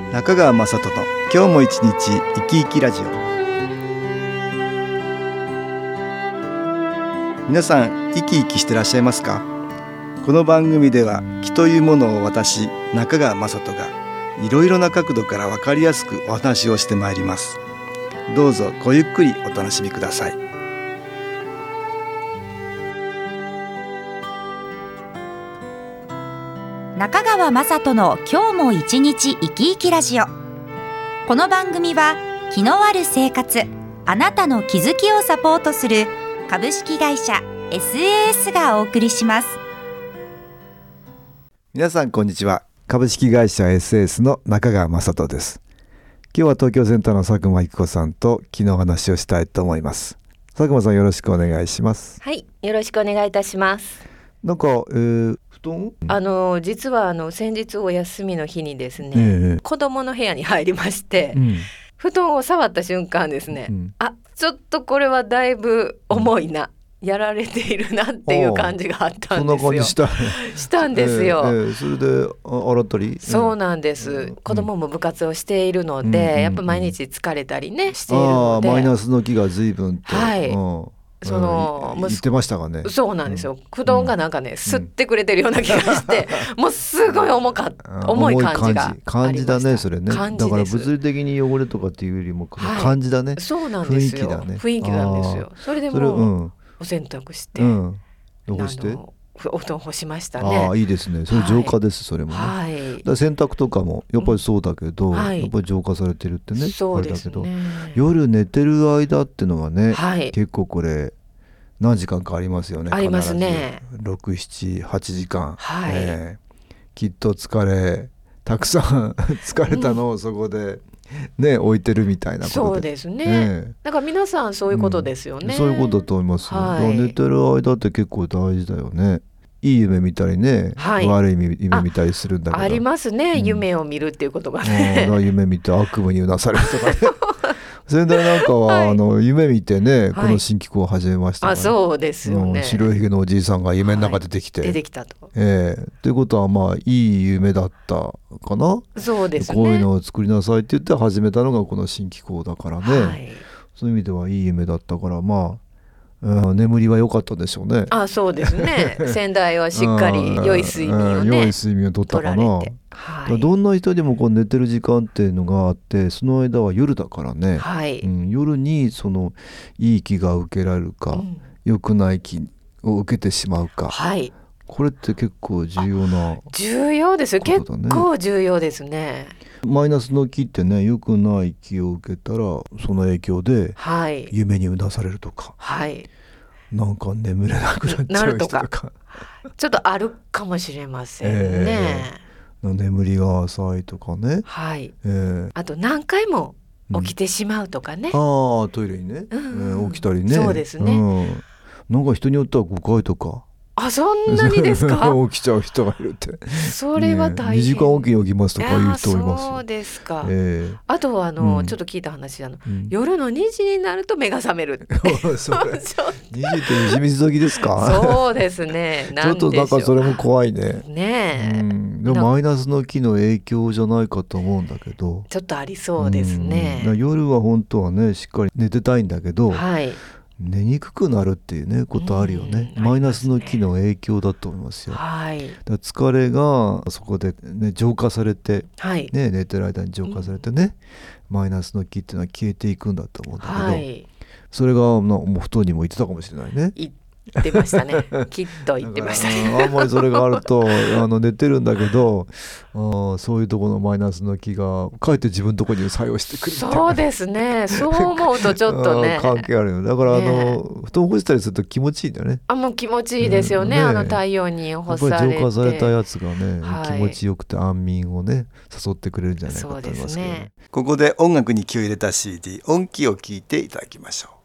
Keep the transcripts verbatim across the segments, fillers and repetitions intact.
中川雅人の今日も一日生き生きラジオ。皆さん生き生きしてらっしゃいますか？この番組では気というものを私中川雅人がいろいろな角度から分かりやすくお話をしてまいります。どうぞごゆっくりお楽しみください。 中川雅人の今日も一日生き生きラジオ。この番組は気のある生活、あなたの気づきをサポートする株式会社 エスエーエス がお送りします。 皆さんこんにちは。株式会社 エスエーエス の中川雅人です。今日は東京センターの佐久間育子さんと昨日話をしたいと思います。佐久間さんよろしくお願いします。 はい、よろしくお願いいたします。 なんか、えー、布団あの実はあの先日お休みの日にですね、 えー、 子供の部屋に入りまして、 うん、 布団を触った瞬間ですね、 うん、 あ、ちょっとこれはだいぶ重いな、うん、やられているなっていう感じがあったんですよ。 そんな感じしたしたんですよ、 えーえー、それで洗ったり。 そうなんです、うん、子供も部活をしているので、うん、やっぱ毎日疲れたりねしているので、 あマイナスの気が随分と、 はい、 うんその言ってましたがね。 そうなんですよ、うん、布団がなんかね、うん、吸ってくれてるような気がして、うん、もうすごい重か重い感じがありました。 感じだねそれね。 感じです。 だから物理的に汚れとかっていうよりも感じだね、はい、 そうなんですよ。 雰囲気だね。 雰囲気なんですよ。それでもう、うん、お洗濯して、うん、 干してお布団干しましたね。 ああいいですね。それ浄化です、はい、それもね、はい、だから洗濯とかもやっぱりそうだけど、うんはい、やっぱり浄化されてるってね。 そうですね。 あれだけど夜寝てる間ってのがね、はい、結構これ何時間かありますよね。 ありますね。 ろく、なな、はちじかん、 はいえー、きっと疲れたくさん疲れたのをそこで、ね、置いてるみたいなことで。 そうですね、えー、だから皆さんそういうことですよね、 うん、そういうことだと思います、はい、寝てる間って結構大事だよね。いい夢見たりね、はい、悪い夢見たりするんだけどあ, ありますね、うん、夢を見るっていうことがね、 うん、夢見て悪夢にうなされるとかね先代なんかは、はい、あの夢見てね、この新機構を始めましたから、 はい、あそうですよね。 白いひげのおじいさんが夢の中出てきて、 はい、出てきたと、 えー、っていうことはまあいい夢だったかな。 そうですね。 こういうのを作りなさいって言って始めたのがこの新機構だからね、はい、そういう意味ではいい夢だったからまあうん、眠りは良かったでしょうね。 あそうですね。先代はしっかり良い睡眠をね、 良い睡眠をとったかな、はい、どんな人でもこう寝てる時間っていうのがあって、その間は夜だからね、はいうん、夜にそのいい気が受けられるか、うん、良くない気を受けてしまうか、はい、これって結構重要な、ね、 重要ですよ。結構重要ですね。 マイナスの気ってね、良くない気を受けたらその影響で夢にうなされるとか、はい、なんか眠れなくなっちゃう人とか、とかちょっとあるかもしれませんね、 えー、眠りが浅いとかね、 はいえー、 あと何回も起きてしまうとかね、 うん、あトイレにね、うんうんえー、起きたりね。 そうですね、うん、 なんか人によってはごかいとか、 あそんなにですか起きちゃう人がいるって。 それは大変、ね、 にじかんおきに起きますとかいう人いますよ。 そうですか、 えー、 あとはあの、うん、ちょっと聞いた話あの、うん、夜のにじになると目が覚めるそれにじって西水時ですかそうですね。 ちょっとなんかそれも怖いね。 ねえ、うん、 でもマイナスの気の影響じゃないかと思うんだけど、 ちょっとありそうですね、 うん、夜は本当はねしっかり寝てたいんだけど、はい寝にくくなるっていうねことあるよね、うん、マイナスの気の影響だと思いますよ、はい、だ疲れがそこで、ね、浄化されて、はいね、寝てる間に浄化されてね、うん、マイナスの気っていうのは消えていくんだと思うんだけど、はい、それがもう布団にも言ってたかもしれないね。 言ってましたねきっと言ってましたねあんまりそれがあるとあの寝てるんだけどあそういうところのマイナスの気がかえって自分のところに作用してくるみたいな。 そうですね。そう思うとちょっとね関係あるよ。だから、ね、あの布団干したりすると気持ちいいんだよね。 あもう気持ちいいですよね、うん、ねあの太陽に干されてやっぱり浄化されたやつがね、はい、気持ちよくて安眠をね誘ってくれるんじゃないかと思いますけど ね, ねここで音楽に気を入れた シーディー 音気を聴いていただきましょう。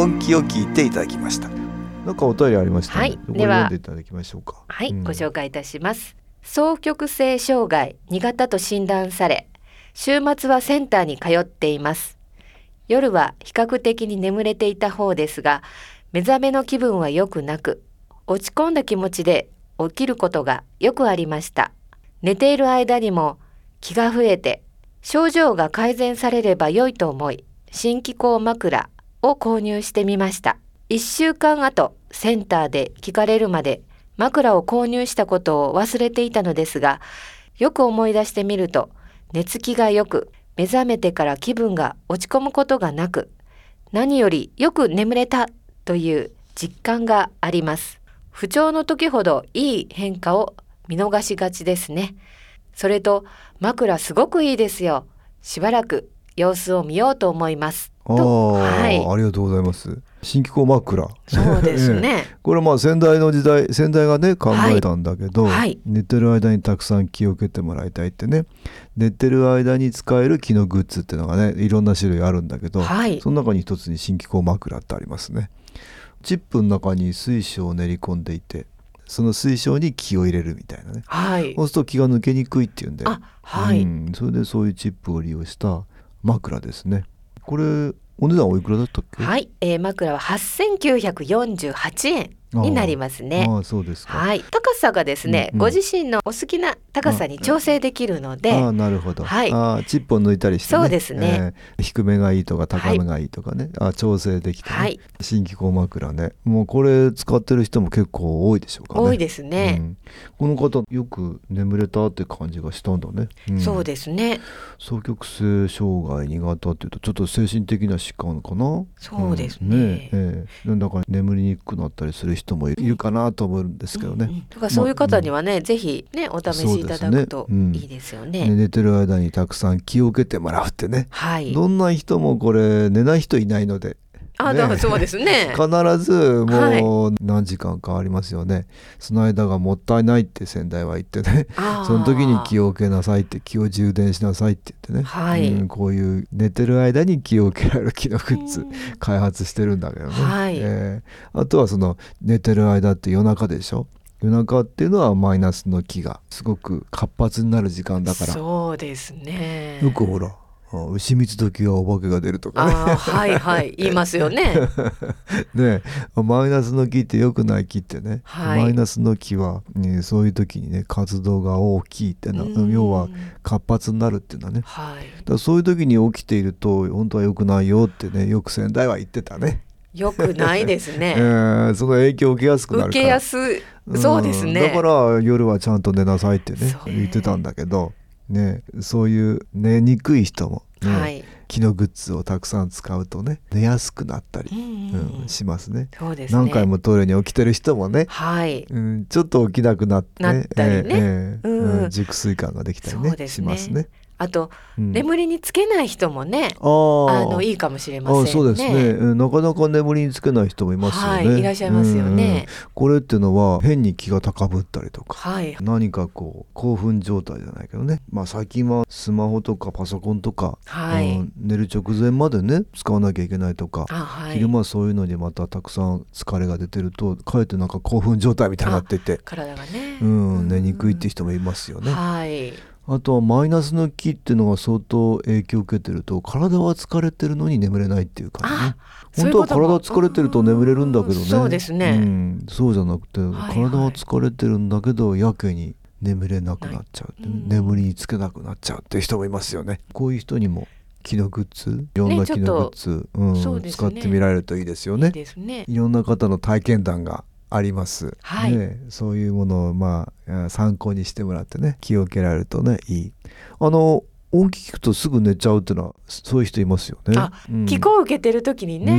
音気を聞いていただきました。なんかお便りありましたね。 はい、 これ読んでいただきましょうか。 はい、 うん、 ご紹介いたします。双極性障害に型と診断され、週末はセンターに通っています。夜は比較的に眠れていた方ですが、目覚めの気分は良くなく、落ち込んだ気持ちで起きることがよくありました。寝ている間にも気が増えて、症状が改善されれば良いと思い、新機構枕を購入してみました。いっしゅうかんごとセンターで聞かれるまで枕を購入したことを忘れていたのですが、よく思い出してみると寝つきが良く、目覚めてから気分が落ち込むことがなく、何よりよく眠れたという実感があります。不調の時ほどいい変化を見逃しがちですね。それと枕すごくいいですよ。しばらく様子を見ようと思いますあ、はい、ありがとうございます。新機構枕、 そうですねこれまあ先代の時代、先代がね考えたんだけど、はいはい、寝てる間にたくさん気を受けてもらいたいってね、寝てる間に使える気のグッズっていうのがねいろんな種類あるんだけど、はい、その中に一つに新機構枕ってありますね。チップの中に水晶を練り込んでいて、その水晶に気を入れるみたいなね、はい、そうすると気が抜けにくいっていうんで、あ、はい、うん、それでそういうチップを利用した枕ですね。これお値段おいくらだったっけ？ はい、えー、枕ははっせんきゅうひゃくよんじゅうはちえんになりますね。 ああ、そうですか。 はい、高さがですね、うんうん、ご自身のお好きな高さに調整できるので、 ああ、なるほど、はい、あチップを抜いたりして、ね、 そうですね、 えー、低めがいいとか高めがいいとかね、はい、あ調整できて、ね、はい、新機構枕ね、もうこれ使ってる人も結構多いでしょうかね。 多いですね、うん、 この方よく眠れたって感じがしたんだね、 うん、そうですね。 双極性障害に型っていうとちょっと精神的な疾患かな。 そうですね、 うんねえー、だから眠りにくくなったりする人もいるかなと思うんですけどね、うんうん、 だからそういう方にはね、まあ、ぜひねお試しいただくといいですよね。うん、 寝てる間にたくさん気を受けてもらうってね、はい、どんな人もこれ寝ない人いないので、 あ、ね、そうですね必ずもう何時間かありますよね、はい、その間がもったいないって先代は言ってね、その時に気を受けなさいって、気を充電しなさいって言ってね、はい、うん、こういう寝てる間に気を受けられる気のグッズ開発してるんだけどね、はい、えー、あとはその寝てる間って夜中でしょ。夜中っていうのはマイナスの気がすごく活発になる時間だから。 そうですね。 よくほら牛蜜時はお化けが出るとかね、 あ、はいはい言いますよねね、マイナスの気って良くない気ってね、はい、マイナスの気は、ね、そういう時にね活動が大きいってのは、要は活発になるっていうのはね、はい、だからそういう時に起きていると本当は良くないよってね、よく先代は言ってたね。 よくないですね、 えー、その影響を受けやすくなるから、 受けやすい、そうですね、 うん、だから夜はちゃんと寝なさいってね言ってたんだけどね、そういう寝にくい人も、ね、はい、気のグッズをたくさん使うとね寝やすくなったり、うんうん、しますね。そうですね。何回もトイレに起きてる人もね、はい、うん、ちょっと起きなくなって、ね、 なったりね、えーえーうん、熟睡感ができたりね、ね、しますね。 あと、うん、眠りにつけない人もね、あのいいかもしれませんね。 あ、そうですね、なかなか眠りにつけない人もいますよね、 はい、いらっしゃいますよね、 うん、これっていうのは変に気が高ぶったりとか、はい、何かこう興奮状態じゃないけどね、まあ、最近はスマホとかパソコンとか、はい、うん、寝る直前までね使わなきゃいけないとか、はい、昼間そういうのにまたたくさん疲れが出てるとかえってなんか興奮状態みたいになってて、 体がね、 うん、寝にくいって人もいますよね、 はい、 あとはマイナスの気っていうのが相当影響を受けてると、体は疲れてるのに眠れないっていう感じね。本当は体疲れてると眠れるんだけどね、 そうですね、 うん、そうじゃなくて、はいはい、体は疲れてるんだけどやけに眠れなくなっちゃう、はい、眠りにつけなくなっちゃうっていう人もいますよね。こういう人にも気のグッズ、いろんな気のグッズ、うん、使ってみられるといいですよね。いいですね。いろんな方の体験談があります、はい、ね、そういうものをまあ参考にしてもらってね、気を受けられるとねいい。あの音気聞くとすぐ寝ちゃうっていうのはそういう人いますよね。 あ、うん、気候を受けてる時にね、うん、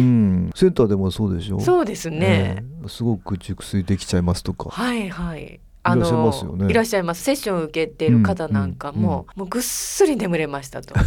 センターでもそうでしょ。 そうですね、 えー、すごく熟睡できちゃいますとか、 はいはい、 あのいらっしゃいますよね。 いらっしゃいます。セッションを受けている方なんかも、うんうん、もうぐっすり眠れましたと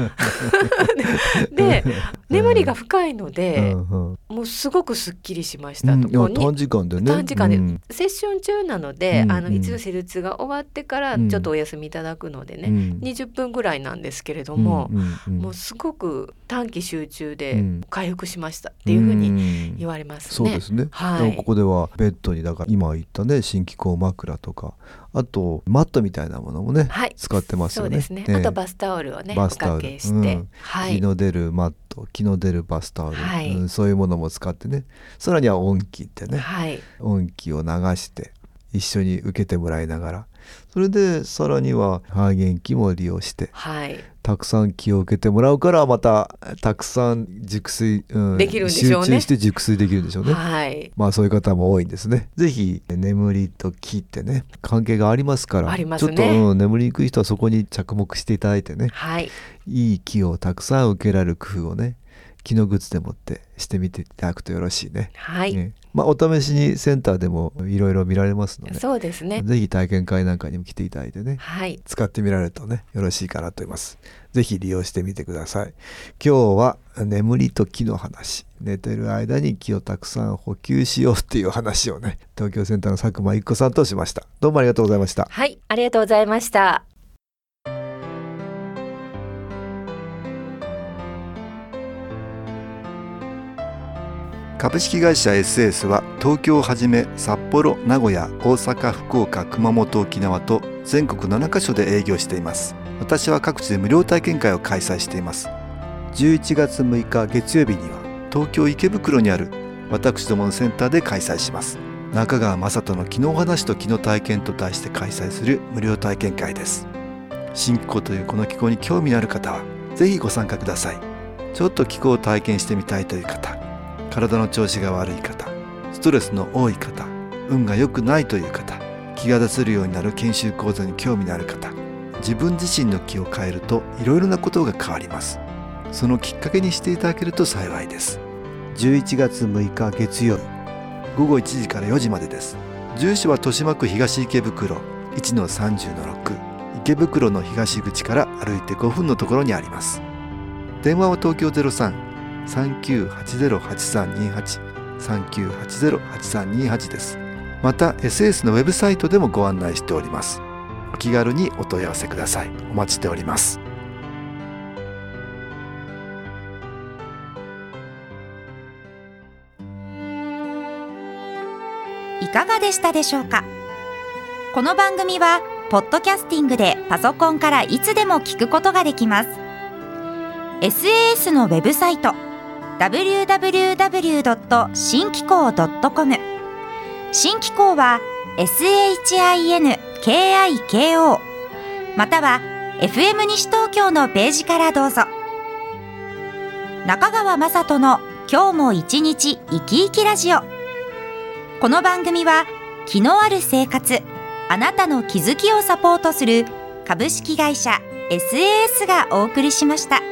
で眠りが深いので、うんうん、もうすごくすっきりしましたと、 うん、短時間でね短時間で、うん、セッション中なので、うんうん、あの一度施術が終わってからちょっとお休みいただくのでね、うん、にじゅっぷんぐらいなんですけれども、うんうんうん、もうすごく短期集中で回復しましたっていうふうに言われますね。 そうですね、はい、ここではベッドにだから今言ったね新機構枕とかあとマットみたいなものもね、はい、使ってますよね。 そうですね、えー、あとバスタオルをねおかけして、うんはい、 気の出るマット気の出るバスタオル、はいうん、そういうものも使ってねさらには音気ってね、はい、音気を流して一緒に受けてもらいながらそれでさらには肺元気も利用して、はい、たくさん気を受けてもらうからまたたくさん熟睡、うん、 できるんでしょうね。 集中して熟睡できるんでしょうね、 はい、 まあそういう方も多いんですね。ぜひ眠りと気ってね関係がありますからありますね。 ちょっと、うん、眠りにくい人はそこに着目していただいてね、 はい、 いい気をたくさん受けられる工夫をね気の靴でもってしてみていただくとよろしいね。 はい、 ねまあ、お試しにセンターでもいろいろ見られますので、 そうですね、 ぜひ体験会なんかにも来ていただいてね、 はい、 使ってみられるとねよろしいかなと思います。ぜひ利用してみてください。今日は眠りと気の話、寝てる間に気をたくさん補給しようっていう話をね東京センターの佐久間一子さんとしました。どうもありがとうございました。 はい、ありがとうございました。 株式会社 エスエーエス は東京をはじめ札幌、名古屋、大阪、福岡、熊本、沖縄と全国ななカ所で営業しています。私は各地で無料体験会を開催しています。じゅういちがつむいか月曜日には東京池袋にある私どものセンターで開催します。中川雅人の気の話と気の体験と題して開催する無料体験会です。新気候というこの気候に興味のある方はぜひご参加ください。ちょっと気候を体験してみたいという方、体の調子が悪い方、ストレスの多い方、運が良くないという方、気が出せるようになる研修講座に興味のある方、自分自身の気を変えるといろいろなことが変わります。そのきっかけにしていただけると幸いです。じゅういちがつむいか月曜日ごごいちじからよじまでです。住所は豊島区東池袋 いちのさんじゅうのろく 池袋の東口から歩いてごふんのところにあります。電話は東京 ゼロさん さんきゅうはちゼロ はちさんにはち さんきゅうはちゼロ はちさんにはち です。また エスエス のウェブサイトでもご案内しております。お気軽にお問い合わせください。お待ちしております。 いかがでしたでしょうか。この番組はポッドキャスティングでパソコンからいつでも聞くことができます。 エスエーエス のウェブサイト ダブリューダブリューダブリュードットシンキコードットコム 新気候は エスエイチアイエヌケーアイケーオー または エフエム 西東京のページからどうぞ。中川雅人の今日も一日生き生きラジオ。この番組は気のある生活、あなたの気づきをサポートする株式会社 エスエーエス がお送りしました。